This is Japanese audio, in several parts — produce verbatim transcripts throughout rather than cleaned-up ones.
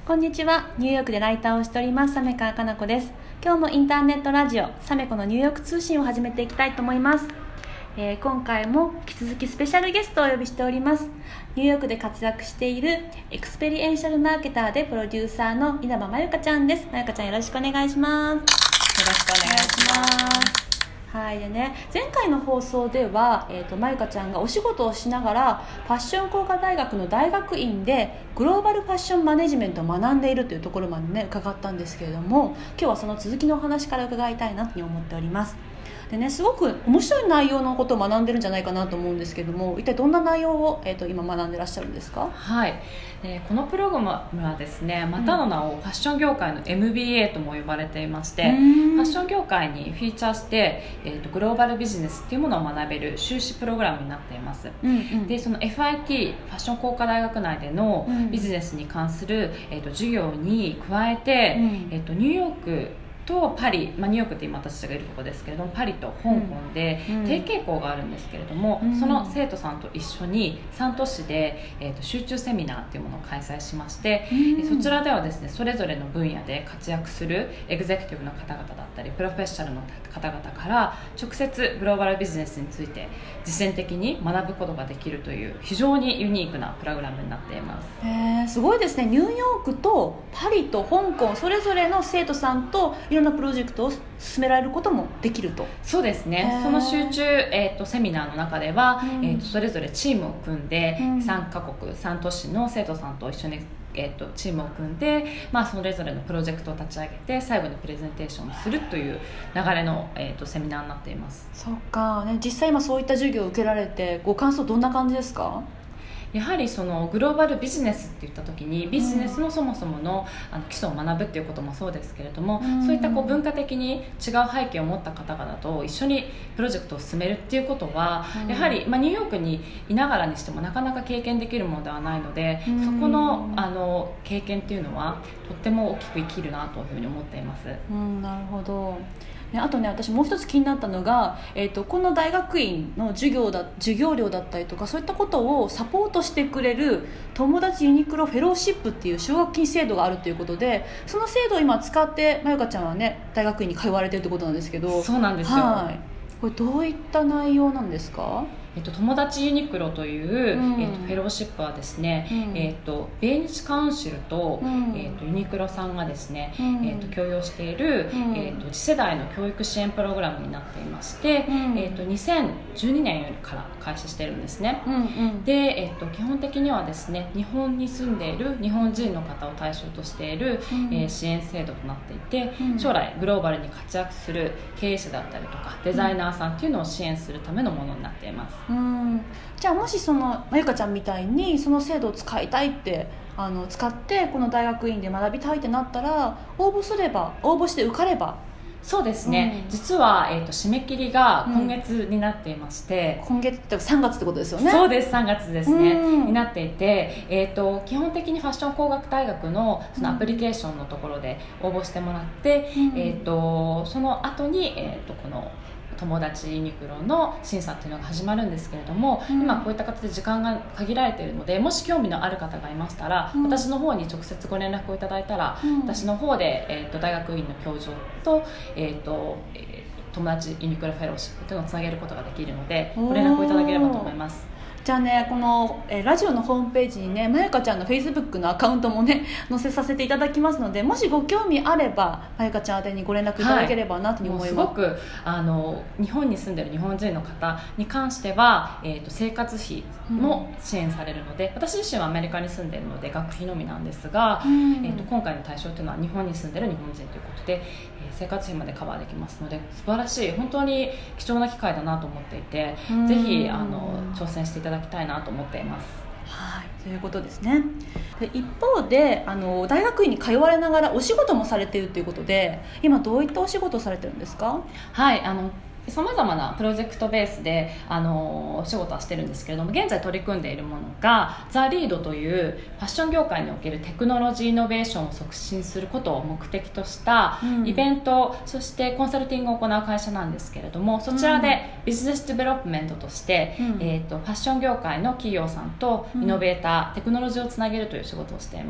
こんにちは。ニューヨークでライターをしております鮫川かな子です。今日もインターネットラジオサメコのニューヨーク通信を始めていきたいと思います。えー、今回も引き続きスペシャルゲストをお呼びしております。ニューヨークで活躍しているエクスペリエンシャルマーケターでプロデューサーの稲葉まゆかちゃんです。まゆかちゃん、よろしくお願いします。よろしくお願いします。 はいでね、前回の放送では、えー、とまゆかちゃんがお仕事をしながらファッション工科大学の大学院でグローバルファッションマネジメントを学んでいるというところまでね伺ったんですけれども、今日はその続きのお話から伺いたいなと思っております。でね、すごく面白い内容のことを学んでるんじゃないかなと思うんですけども、一体どんな内容を、えー、と今学んでらっしゃるんですか？ はい、えー、このプログラムはですね、またの名をファッション業界の エムビーエー とも呼ばれていまして、ファッション業界にフィーチャーして、えー、とグローバルビジネスっていうものを学べる修士プログラムになっています、うんうん、でその エフアイティー ファッション工科大学内でのビジネスに関する、えー、と授業に加えて、うんえー、とニューヨークとパリ、まあ、ニューヨークって今私たちがいるところですけれども、パリと香港で提携校があるんですけれども、うん、その生徒さんと一緒にさん都市で、えー、と集中セミナーっていうものを開催しまして、うん、そちらではですね、それぞれの分野で活躍するエグゼクティブの方々だったりプロフェッショナルの方々から直接グローバルビジネスについて実践的に学ぶことができるという非常にユニークなプログラムになっています。 へー、すごいですね。ニューヨークとパリと香港それぞれの生徒さんといろんなプロジェクトを進められることもできると。 そうですね。その集中、えー、とセミナーの中では、うんえー、とそれぞれチームを組んで、うん、さんカ国さん都市の生徒さんと一緒に、えー、とチームを組んで、まあ、それぞれのプロジェクトを立ち上げて最後にプレゼンテーションをするという流れの、えー、とセミナーになっています。 そうか、ね、実際今そういった授業を受けられてご感想どんな感じですか？ やはりそのグローバルビジネスっていった時にビジネスのそもそも の, あの基礎を学ぶっていうこともそうですけれども、うん、そういったこう文化的に違う背景を持った方々と一緒にプロジェクトを進めるっていうことは、うん、やはり、まあ、ニューヨークにいながらにしてもなかなか経験できるものではないので、うん、そこ の, あの経験っていうのはとっても大きく生きるなというふうに思っています。 うん、なるほど。あとね、私もう一つ気になったのが、えー、とこの大学院の授業だ授業料だったりとかそういったことをサポートしてくれる友達ユニクロフェローシップっていう奨学金制度があるということで、その制度を今使ってまゆかちゃんはね大学院に通われてるってことなんですけど。 そうなんですよ。 はい、これどういった内容なんですか？ えっと、友達ユニクロという、うんえっと、フェローシップはですね、うんえっと、米日カウンシルと、うんえっと、ユニクロさんがですね、うんえっと、共用している、うんえっと、次世代の教育支援プログラムになっていまして、うんえっと、にせんじゅうにねんから開始しているんですね、うんうん、で、えっと、基本的にはですね、日本に住んでいる日本人の方を対象としている、うんえー、支援制度となっていて、うん、将来グローバルに活躍する経営者だったりとかデザイナーさんっていうのを支援するためのものになっています。 うん、じゃあもしそのまゆかちゃんみたいにその制度を使いたいってあの使ってこの大学院で学びたいってなったら応募すれば応募して受かれば。 そうですね、うん、実は、えーと、締め切りが今月になっていまして、 うん、今月ってさんがつってことですよね。 そうです、さんがつですね、うん、になっていて、えーと、基本的にファッション工学大学 の, そのアプリケーションのところで応募してもらって、うんえーと、その後に、えーと、この友達ユニクロの審査っていうのが始まるんですけれども、うん、今こういった形で時間が限られているので、もし興味のある方がいましたら、うん、私の方に直接ご連絡をいただいたら、うん、私の方で、えー、と大学院の教授と、えーとえー、友達ユニクロフェローシップというのをつなげることができるので、ご連絡をいただければと思います。 じゃあね、この、えー、ラジオのホームページにねまゆかちゃんの Facebook のアカウントもね載せさせていただきますので、もしご興味あればまゆかちゃん宛てにご連絡いただければなと思います、はい、 もうすごくあの日本に住んでいる日本人の方に関しては、えー、と生活費も支援されるので、うん、私自身はアメリカに住んでいるので学費のみなんですが、うんえー、と今回の対象というのは日本に住んでいる日本人ということで、えー、生活費までカバーできますので、素晴らしい本当に貴重な機会だなと思っていて、うん、ぜひあの挑戦していただきたいなと思っています。 はい、ということですね。で一方であの大学院に通われながらお仕事もされているということで、今どういったお仕事をされてるんですか？ はい、あのさまざまなプロジェクトベースであの仕事はしてるんですけれども、現在取り組んでいるものがザ・リードというファッション業界におけるテクノロジーイノベーションを促進することを目的としたイベント、うん、そしてコンサルティングを行う会社なんですけれども、そちらでビジネスデベロップメントとして、うんえー、とファッション業界の企業さんとイノベーター、うん、テクノロジーをつなげるという仕事をしています。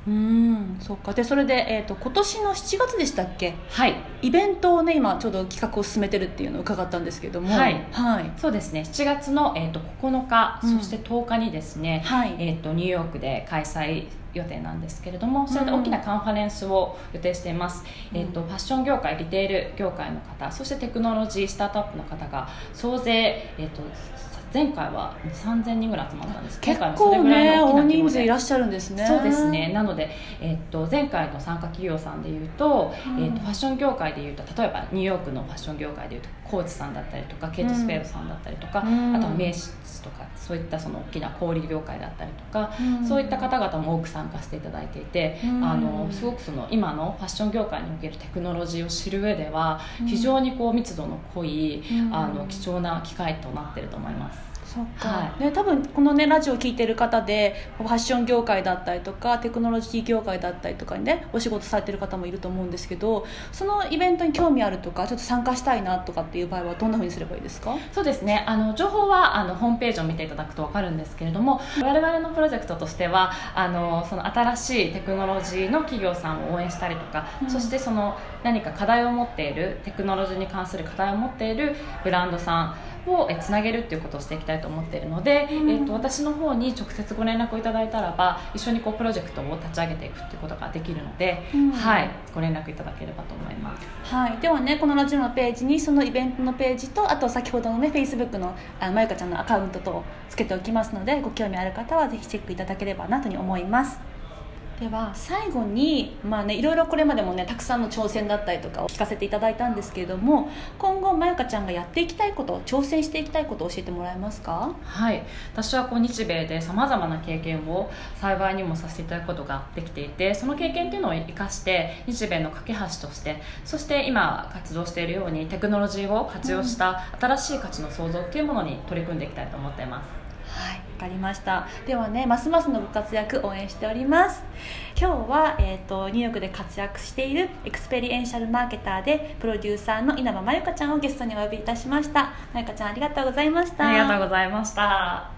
うーん、そうか。でそれで、えー、と今年のしちがつでしたっけ、 はい、 イベントをね今ちょうど企画を進めてるっていうのを伺ったんですけども、 はいはい、 そうですね、しちがつの、えー、とここのか、 うんそしてとおかにですね、 はいえー、とニューヨークで開催予定なんですけれども、それで大きなカンファレンスを予定しています、うんえー、とファッション業界、リテール業界の方、そしてテクノロジースタートアップの方が総勢、えー、と前回はさんぜんにんぐらい集まったんです。 結今回もそれ構ぐらいね大の大きな規模で人数いらっしゃるんですね。 そうですね。なので、えっと、前回の参加企業さんでいうと、 うんえっと、ファッション業界でいうと、例えばニューヨークのファッション業界でいうとコーチさんだったりとかケイト・スペードさんだったりとか、 うん、 あとは名刺とかそういったその大きな小売業界だったりとか、 うん、 そういった方々も多く参加していただいていて、うん、あのすごくその今のファッション業界におけるテクノロジーを知る上では非常にこう密度の濃い、うん、あの貴重な機会となっていると思います。 そうか、 はいね、多分この、ね、ラジオを聞いてる方でファッション業界だったりとかテクノロジー業界だったりとかにねお仕事されてる方もいると思うんですけど、そのイベントに興味あるとかちょっと参加したいなとかっていう場合はどんな風にすればいいですか？ そうですね、あの情報はあのホームページを見ていただくと分かるんですけれども、我々のプロジェクトとしてはあのその新しいテクノロジーの企業さんを応援したりとか、うん、そしてその何か課題を持っているテクノロジーに関する課題を持っているブランドさんをつなげるっていうことをしていきたいと思っているので、うん、えー、と私の方に直接ご連絡をいただいたらば一緒にこうプロジェクトを立ち上げていくっていうことができるので、うん、はい、ご連絡いただければと思います。 はい、ではねこのラジオのページにそのイベントのページとあと先ほどのね Facebook のあまゆかちゃんのアカウントとつけておきますので、ご興味ある方はぜひチェックいただければなとに思います。では最後に、まあね、いろいろこれまでもねたくさんの挑戦だったりとかを聞かせていただいたんですけれども、今後まゆかちゃんがやっていきたいこと、挑戦していきたいことを教えてもらえますか？ はい、私はこう日米でさまざまな経験を幸いにもさせていただくことができていて、その経験というのを生かして日米の架け橋として、そして今活動しているようにテクノロジーを活用した新しい価値の創造というものに取り組んでいきたいと思っています。 はい、わかりました。ではねますますのご活躍応援しております。今日は、えーと、ニューヨークで活躍しているエクスペリエンシャルマーケターでプロデューサーの稲葉まゆかちゃんをゲストにお呼びいたしました。まゆかちゃんありがとうございました。 ありがとうございました。